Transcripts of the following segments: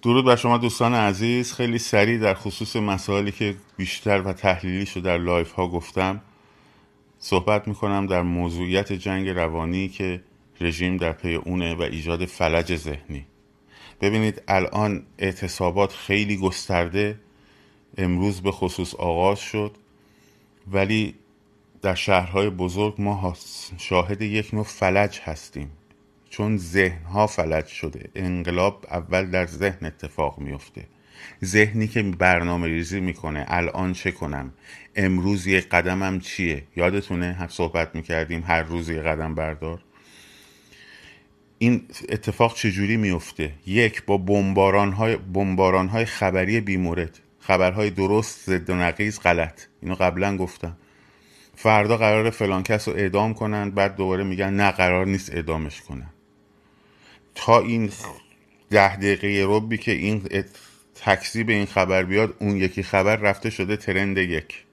درود بر شما دوستان عزیز. خیلی سریع در خصوص مسائلی که بیشتر و تحلیلیشو در لایف ها گفتم صحبت میکنم، در موضوعیت جنگ روانی که رژیم در پی اونه و ایجاد فلج ذهنی. ببینید الان اعتصابات خیلی گسترده، امروز به خصوص آغاز شد، ولی در شهرهای بزرگ ما شاهد یک نوع فلج هستیم، چون ذهنها فلج شده. انقلاب اول در ذهن اتفاق میفته، ذهنی که برنامه ریزی میکنه الان چه کنم، امروز یک قدمم چیه. یادتونه هم صحبت میکردیم هر روز یک قدم بردار. این اتفاق چجوری میفته؟ یک، با بمباران های خبری بیمورد، خبرهای درست ضد و نقیض غلط. اینو قبلا گفتم. فردا قراره فلان کس رو اعدام کنن، بعد دوباره میگن نه قرار نیست اعدامش کنن. تا این 10 دقیقه ربی که این تکذیب این خبر بیاد، اون یکی خبر رفته شده ترند یک.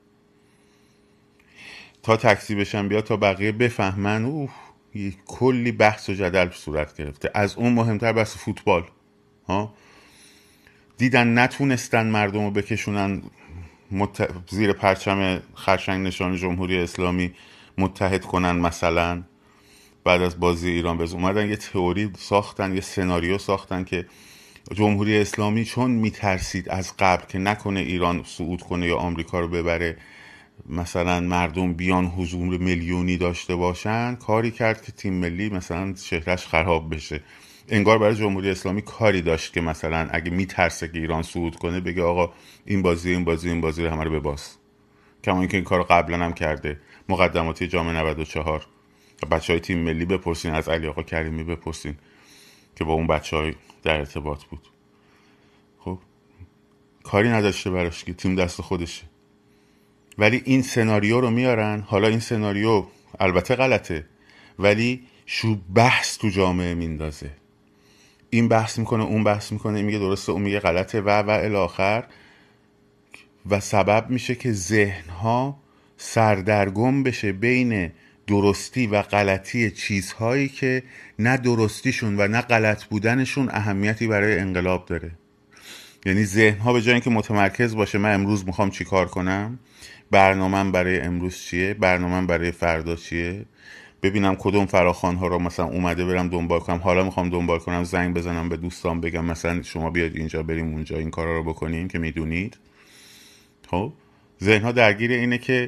تا تکذیبش هم بیاد، تا بقیه بفهمن، کلی بحث و جدل صورت گرفته. از اون مهمتر بحث فوتبال ها، دیدن نتونستن مردم رو بکشونن زیر پرچم خرچنگ نشان جمهوری اسلامی متحد کنن. مثلا بعد از بازی ایران اومدن یه تئوری ساختن، یه سناریو ساختن که جمهوری اسلامی چون میترسید از قبل که نکنه ایران صعود کنه یا آمریکا رو ببره، مثلا مردم بیان حضور میلیونی داشته باشن، کاری کرد که تیم ملی مثلا شهرش خراب بشه. انگار برای جمهوری اسلامی کاری داشت که مثلا اگه میترسه که ایران صعود کنه بگه آقا این بازی رو همه رو بباز. کما اینکه این کارو قبلا هم کرده. مقدماتی جام 94 بچهای تیم ملی بپرسین، از علی آقا کریمی بپرسین که با اون بچهای در ارتباط بود. خب کاری نداشته براش که تیم دست خودشه. ولی این سناریو رو میارن. حالا این سناریو البته غلطه، ولی بحث تو جامعه میندازه. این بحث میکنه، اون بحث میکنه، میگه درسته، اون میگه غلطه و الی آخر، و سبب میشه که ذهنها سردرگم بشه بین درستی و غلطی چیزهایی که نه درستیشون و نه غلط بودنشون اهمیتی برای انقلاب داره. یعنی ذهنها به جای اینکه متمرکز باشه من امروز میخوام چی کار کنم، برنامه‌ام برای امروز چیه، برنامه‌ام برای فردا چیه، ببینم کدوم فراخوان‌ها رو مثلا اومده برم دنبال کنم، حالا میخوام دنبال کنم، زنگ بزنم به دوستان بگم مثلا شما بیاید اینجا بریم اونجا این کارا رو بکنیم که میدونید. خب ذهنها درگیر اینه که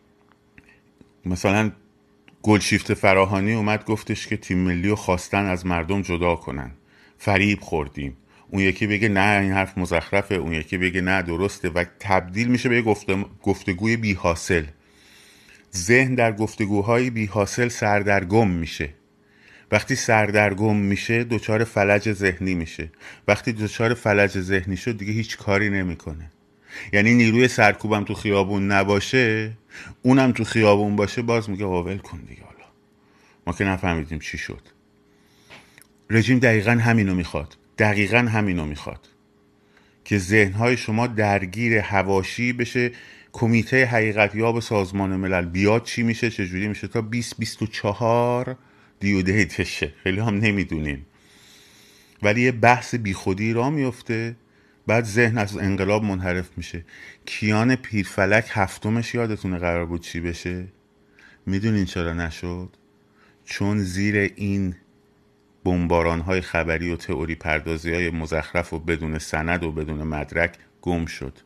مثلا گلشیفت فراهانی اومد گفتش که تیم ملی رو خواستن از مردم جدا کنن، فریب خوردیم. اون یکی بگه نه این حرف مزخرفه، اون یکی بگه نه درسته، و تبدیل میشه به یه گفتگوی بی حاصل. ذهن در گفتگوهای بی حاصل سردرگم میشه. وقتی سردرگم میشه دچار فلج ذهنی میشه. وقتی دچار فلج ذهنی شد دیگه هیچ کاری نمیکنه. یعنی نیروی سرکوبم تو خیابون نباشه، اونم تو خیابون باشه، باز میگه ول کن دیگه، حالا ما که نفهمیدیم چی شد. رژیم دقیقا همینو میخواد که ذهنهای شما درگیر حواشی بشه. کمیته حقیقت یاب سازمان ملل بیاد چی میشه چجوری میشه تا 2024 دیو دیتشه. خیلی هم نمیدونیم، ولی یه بحث بی خودی را میفته. بعد ذهن از انقلاب منحرف میشه. کیان پیرفلک هفتمش یادتونه قرار بود چی بشه؟ میدونین چرا نشد؟ چون زیر این بمباران‌های خبری و تئوری پردازی‌های مزخرف و بدون سند و بدون مدرک گم شد.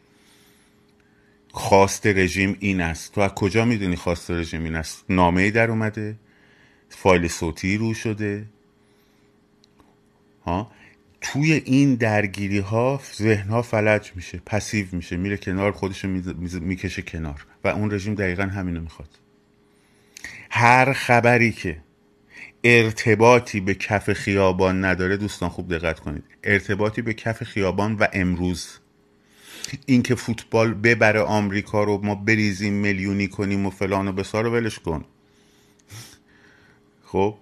خواست رژیم این است. تو از کجا میدونی خواست رژیم این است؟ نامه‌ای در اومده، فایل صوتی رو شده. توی این درگیری ها ذهن ها فلج میشه، پسیو میشه، میره کنار، خودشو میکشه کنار. و اون رژیم دقیقا همینو میخواد. هر خبری که ارتباطی به کف خیابان نداره، دوستان خوب دقت کنید، ارتباطی به کف خیابان و امروز، این که فوتبال ببره آمریکا رو ما بریزیم میلیونی کنیم و فلان و بسار رو ولش کن. خب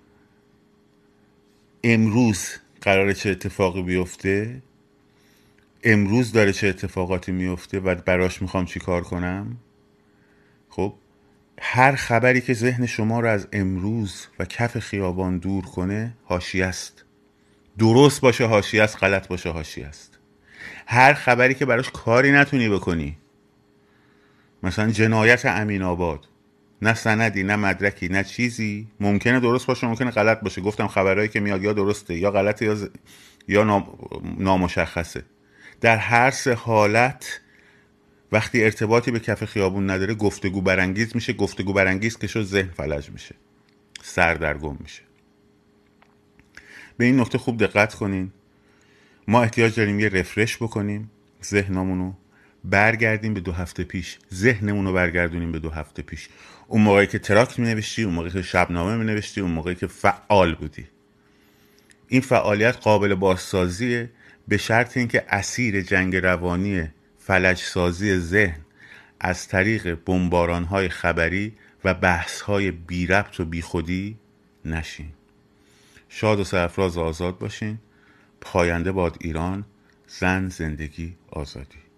امروز قراره چه اتفاقی بیفته؟ امروز داره چه اتفاقاتی میفته و براش میخوام چی کار کنم؟ خب هر خبری که ذهن شما رو از امروز و کف خیابان دور کنه حاشیه است. درست باشه حاشیه است، غلط باشه حاشیه است. هر خبری که براش کاری نتونی بکنی، مثلا جنایت امین آباد، نه سندی نه مدرکی نه چیزی، ممکنه درست باشه ممکنه غلط باشه. گفتم خبرهایی که میاد یا درسته یا غلطه یا نامشخصه. در هر سه حالت وقتی ارتباطی به کف خیابون نداره گفتگو برانگیز میشه. گفتگو برانگیز که شد ذهن فلج میشه، سردرگم میشه. به این نکته خوب دقت کنین. ما احتیاج داریم یه رفرش بکنیم ذهنمونو، برگردیم به 2 هفته پیش، ذهنمونو برگردونیم به 2 هفته پیش. اون موقعی که تراکت مینوشتی، اون موقعی که شبنامه مینوشتی، اون موقعی که فعال بودی. این فعالیت قابل بازسازیه به شرط اینکه اسیر جنگ روانی فلج سازی ذهن از طریق بمباران‌های خبری و بحث‌های بی ربط و بی خودی نشین. شاد و سرفراز و آزاد باشین. پاینده باد ایران، زن، زندگی، آزادی.